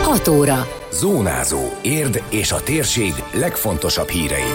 6 óra. Zónázó. Érd és a térség legfontosabb hírei.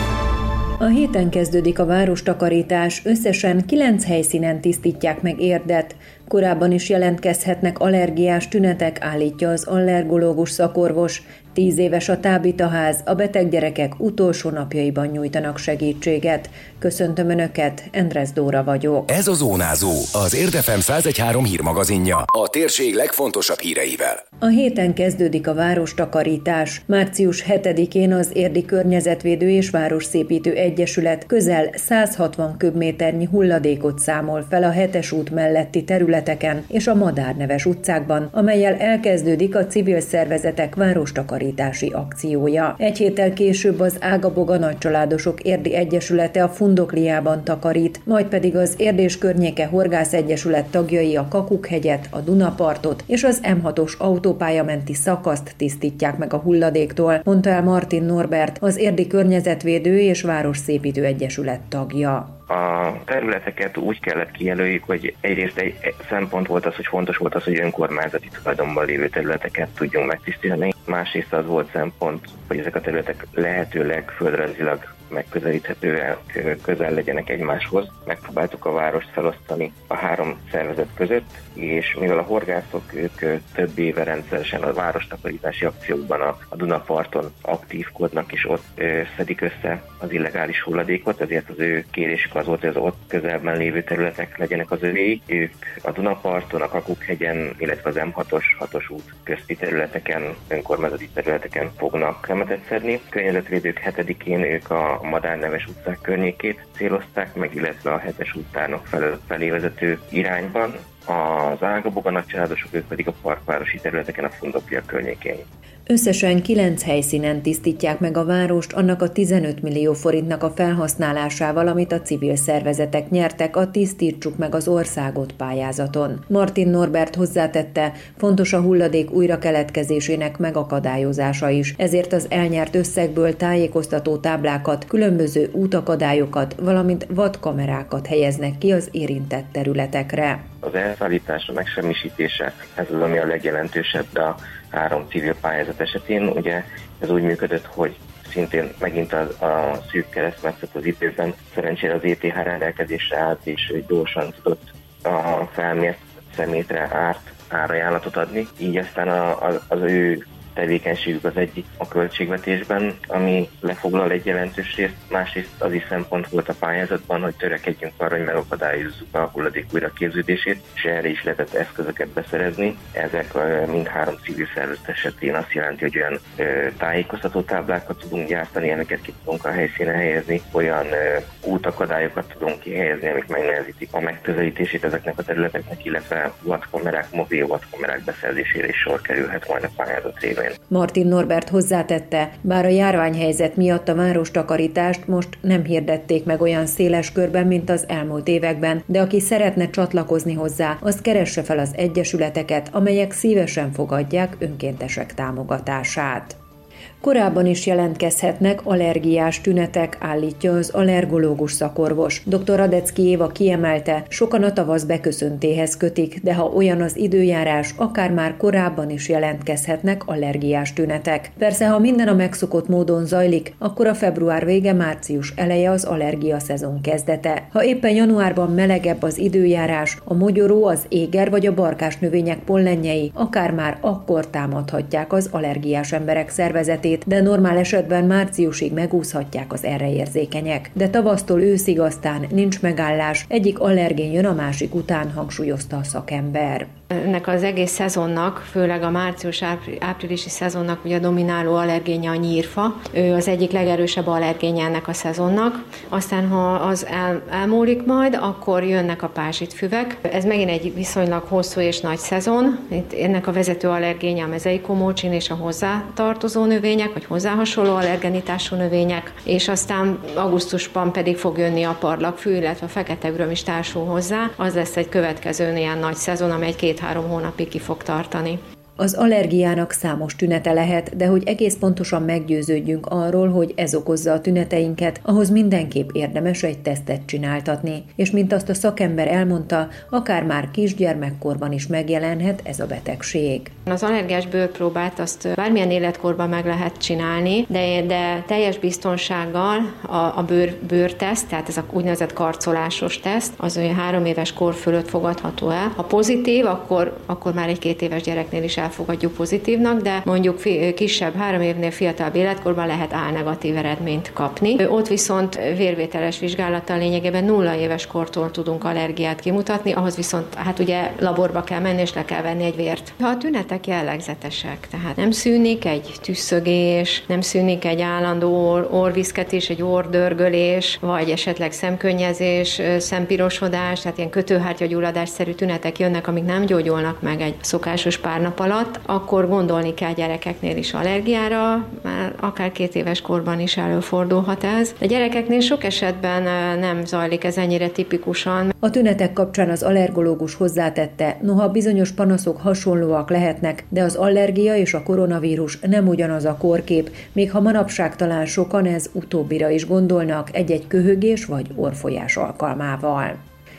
A héten kezdődik a várostakarítás, összesen 9 helyszínen tisztítják meg Érdet. Korábban is jelentkezhetnek allergiás tünetek, állítja az allergológus szakorvos. 10 éves a tábitaház, a beteg gyerekek utolsó napjaiban nyújtanak segítséget. Köszöntöm Önöket, Endres Dóra vagyok. Ez a Zónázó, az Érd FM 101.3 hírmagazinja, a térség legfontosabb híreivel. A héten kezdődik a várostakarítás. Március 7-én az Érdi Környezetvédő és Városszépítő Egyesület közel 160 köbméternyi hulladékot számol fel a 7-es út melletti területeken és a Madárneves utcákban, amellyel elkezdődik a civil szervezetek várostakarítási akciója. Egy héttel később az Ágaboga Nagycsaládosok Érdi Egyesülete a Fundokliában takarít, majd pedig az Érd és Környéke Horgász Egyesület tagjai a Kakukhegyet, a Dunapartot és az M6-os autópályamenti szakaszt tisztítják meg a hulladéktól, mondta el Martin Norbert, az Érdi Környezetvédő és Városszépítő Egyesület tagja. A területeket úgy kellett kijelöljük, hogy egyrészt egy szempont volt az, hogy fontos volt az, hogy önkormányzati tulajdonban lévő területeket tudjunk megtisztítani. Másrészt az volt szempont, hogy ezek a területek lehetőleg földrajzilag megközelíthetően közel legyenek egymáshoz. Megpróbáltuk a várost felosztani a 3 szervezet között, és mivel a horgászok ők több éve rendszeresen a várostakarítási akciókban a Dunaparton aktívkodnak, és ott szedik össze az illegális hulladékot, ezért az ő kérésük az volt, hogy az ott közelben lévő területek legyenek az övék. Ők a Dunaparton, a Kakukhegyen, illetve az M6-os 6-os út közti területeken, önkormányzati területeken fognak szemetet szedni. Környezetvédők 7-én ők a Madárneves utcák környékét célozták meg, illetve a 7-es úttárnok felé vezető irányban. Az Ágaboga Nagycsaládosok ők pedig a parkvárosi területeken, a Fundoklia környékén. Összesen 9 helyszínen tisztítják meg a várost annak a 15 millió forintnak a felhasználásával, amit a civil szervezetek nyertek a Tisztítsuk meg az országot pályázaton. Martin Norbert hozzátette, fontos a hulladék újrakeletkezésének megakadályozása is, ezért az elnyert összegből tájékoztató táblákat, különböző útakadályokat, valamint vadkamerákat helyeznek ki az érintett területekre. Az elszállítás, a megsemmisítése, ez az, ami a legjelentősebb a 3 civil pályázat esetén. Ugye ez úgy működött, hogy szintén megint a szűk keresztmetszet az időben szerencsére az ETH rendelkezésre állt, és gyorsan tudott a felmért szemétre árajánlatot adni. Így aztán az ő tevékenységük az egyik a költségvetésben, ami lefoglal egy jelentős részt, másrészt az is szempont volt a pályázatban, hogy törekedjünk arra, hogy megakadályozzuk a hulladék újraképződését, és erre is lehetett eszközöket beszerezni. Ezek mind 3 civil szervezet esetén azt jelenti, hogy olyan tájékoztató táblákat tudunk gyártani, amiket ki tudunk a helyszínen helyezni, olyan útakadályokat tudunk kihelyezni, amik megnehezítik a megközelítését ezeknek a területeknek, illetve vadkamerák, mobil vadkamerák beszerzésére is sor kerülhet majd a pályázat révén. Martin Norbert hozzátette, bár a járványhelyzet miatt a várostakarítást most nem hirdették meg olyan széles körben, mint az elmúlt években, de aki szeretne csatlakozni hozzá, azt keresse fel az egyesületeket, amelyek szívesen fogadják önkéntesek támogatását. Korábban is jelentkezhetnek allergiás tünetek, állítja az allergológus szakorvos. Dr. Radecki Éva kiemelte, sokan a tavasz beköszöntéhez kötik, de ha olyan az időjárás, akár már korábban is jelentkezhetnek allergiás tünetek. Persze, ha minden a megszokott módon zajlik, akkor a február vége, március eleje az allergia szezon kezdete. Ha éppen januárban melegebb az időjárás, a mogyoró, az éger vagy a barkás növények pollenjei akár már akkor támadhatják az allergiás emberek szervezetét, de normál esetben márciusig megúszhatják az erre érzékenyek. De tavasztól őszig aztán nincs megállás, egyik allergén jön a másik után, hangsúlyozta a szakember. Ennek az egész szezonnak, főleg a március-áprilisi szezonnak ugye domináló allergénje a nyírfa. Ő az egyik legerősebb allergénje ennek a szezonnak. Aztán, ha az elmúlik majd, akkor jönnek a pázsitfüvek. Ez megint egy viszonylag hosszú és nagy szezon. Itt ennek a vezető allergénje a mezeikomócsin és a hozzátartozó növények, vagy hozzáhasonló allergenitású növények, és aztán augusztusban pedig fog jönni a parlagfű, illetve a fekete üröm is társul hozzá. Az lesz egy következő ilyen nagy szezon, amely 2-3 hónapig ki fog tartani. Az allergiának számos tünete lehet, de hogy egész pontosan meggyőződjünk arról, hogy ez okozza a tüneteinket, ahhoz mindenképp érdemes egy tesztet csináltatni. És mint azt a szakember elmondta, akár már kisgyermekkorban is megjelenhet ez a betegség. Az allergiás bőrpróbát azt bármilyen életkorban meg lehet csinálni, de teljes biztonsággal a bőrteszt, tehát ez a úgynevezett karcolásos teszt, az olyan 3 éves kor fölött fogadható el. Ha pozitív, akkor már egy 2 éves gyereknél is elfogadjuk pozitívnak, de mondjuk kisebb, 3 évnél fiatalabb életkorban lehet A-negatív eredményt kapni. Ott viszont vérvételes vizsgálattal lényegében 0 éves kortól tudunk allergiát kimutatni, ahhoz viszont hát ugye laborba kell menni és le kell venni egy vért. Ha a tünetek jellegzetesek, tehát nem szűnik egy tüsszögés, nem szűnik egy állandó orrviszketés, egy orrdörgölés, vagy esetleg szemkönnyezés, szempirosodás, tehát ilyen kötőhártyagyulladásszerű tünetek jönnek, amik nem gyógyulnak meg egy szokásos pár nap alatt, akkor gondolni kell gyerekeknél is allergiára, már akár 2 éves korban is előfordulhat ez. De gyerekeknél sok esetben nem zajlik ez ennyire tipikusan. A tünetek kapcsán az allergológus hozzátette, noha bizonyos panaszok hasonlóak lehetnek, de az allergia és a koronavírus nem ugyanaz a kórkép, még ha manapság talán sokan ez utóbbira is gondolnak egy-egy köhögés vagy orrfolyás alkalmával.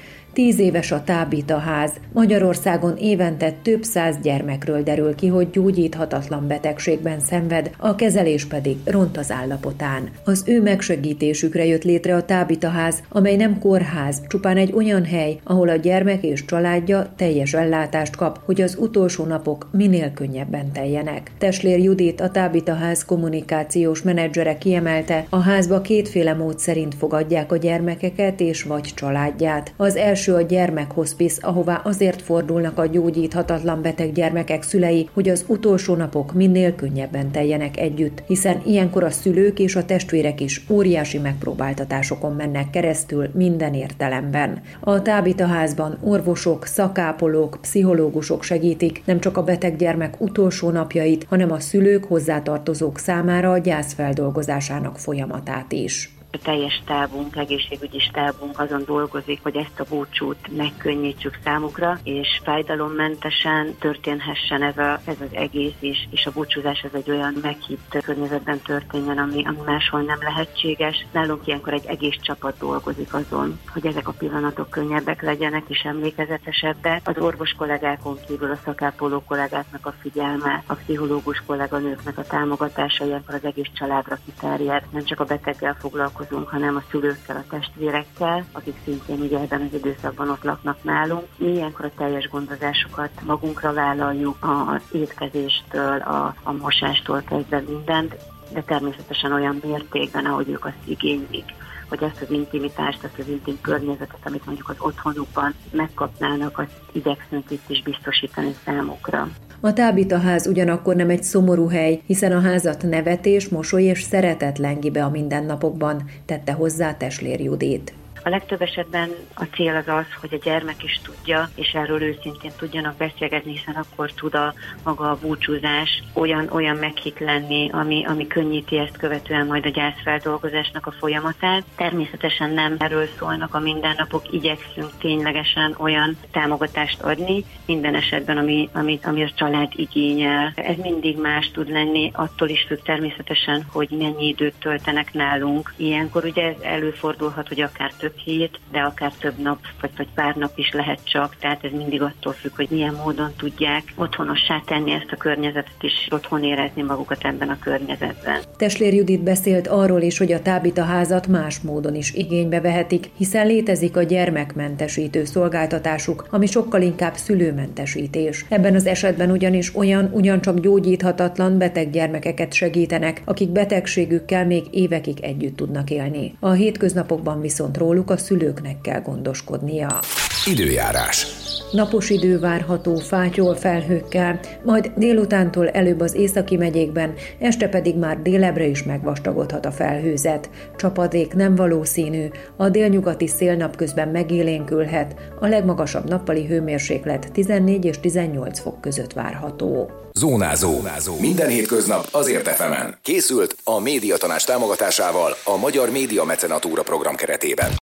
10 éves a tábitaház. Magyarországon évente több 100 gyermekről derül ki, hogy gyógyíthatatlan betegségben szenved, a kezelés pedig ront az állapotán. Az ő megsegítésükre jött létre a tábitaház, amely nem kórház, csupán egy olyan hely, ahol a gyermek és családja teljes ellátást kap, hogy az utolsó napok minél könnyebben teljenek. Teslér Judit, a tábitaház kommunikációs menedzsere kiemelte, a házba 2 mód szerint fogadják a gyermekeket és vagy családját. Az első a gyermekhospice, ahová azért fordulnak a gyógyíthatatlan beteg gyermekek szülei, hogy az utolsó napok minél könnyebben teljenek együtt, hiszen ilyenkor a szülők és a testvérek is óriási megpróbáltatásokon mennek keresztül minden értelemben. A tábitaházban orvosok, szakápolók, pszichológusok segítik nem csak a beteg gyermek utolsó napjait, hanem a szülők, hozzátartozók számára a gyász feldolgozásának folyamatát is. A teljes stábunk, egészségügyi stábunk azon dolgozik, hogy ezt a búcsút megkönnyítsük számukra, és fájdalommentesen történhessen ez az egész, és a búcsúzás ez egy olyan meghitt környezetben történjen, ami máshol nem lehetséges. Nálunk ilyenkor egy egész csapat dolgozik azon, hogy ezek a pillanatok könnyebbek legyenek és emlékezetesebbek. Az orvos kollégákon kívül a szakápoló kollégáknak a figyelme, a pszichológus kolléganőknek a támogatása ilyenkor az egész családra kiterjed. Nem csak a beteggel foglalkozunk, hanem a szülőkkel, a testvérekkel, akik szintén ugye ebben az időszakban ott laknak nálunk. Mi ilyenkor a teljes gondozásokat magunkra vállaljuk, az étkezéstől, a mosástól kezdve mindent, de természetesen olyan mértékben, ahogy ők azt igénylik, hogy ezt az intimitást, ezt az intim környezetet, amit mondjuk az otthonukban megkapnának, azt igyekszünk itt is biztosítani számukra. A tábitaház ugyanakkor nem egy szomorú hely, hiszen a házat nevetés, mosoly és szeretet lengi be a mindennapokban, tette hozzá Teslér Judit. A legtöbb esetben a cél az az, hogy a gyermek is tudja, és erről őszintén tudjanak beszélgetni, hiszen akkor tud maga a búcsúzás olyan meghitt lenni, ami könnyíti ezt követően majd a gyászfeldolgozásnak a folyamatát. Természetesen nem erről szólnak a mindennapok, igyekszünk ténylegesen olyan támogatást adni, minden esetben, ami a család igényel. Ez mindig más tud lenni, attól is függ természetesen, hogy mennyi időt töltenek nálunk. Ilyenkor ugye ez előfordulhat, hogy akár több hét, de akár több nap, vagy pár nap is lehet csak, tehát ez mindig attól függ, hogy milyen módon tudják otthonossá tenni ezt a környezetet, és otthon érezni magukat ebben a környezetben. Teslér Judit beszélt arról is, hogy a tábitaházat más módon is igénybe vehetik, hiszen létezik a gyermekmentesítő szolgáltatásuk, ami sokkal inkább szülőmentesítés. Ebben az esetben ugyanis ugyancsak gyógyíthatatlan beteg gyermekeket segítenek, akik betegségükkel még évekig együtt tudnak élni. A hétköznapokban viszont róluk a szülőknek kell gondoskodnia. Időjárás. Napos idő várható fátyol felhőkkel, majd délutántól előbb az északi megyékben, este pedig már délebre is megvastagodhat a felhőzet. Csapadék nem valószínű, a délnyugati szél napközben megélénkülhet, a legmagasabb nappali hőmérséklet 14 és 18 fok között várható. Zónázó. Minden hétköznap azért FM-en. Készült a Médiatanács támogatásával a Magyar Média Mecenatúra program keretében.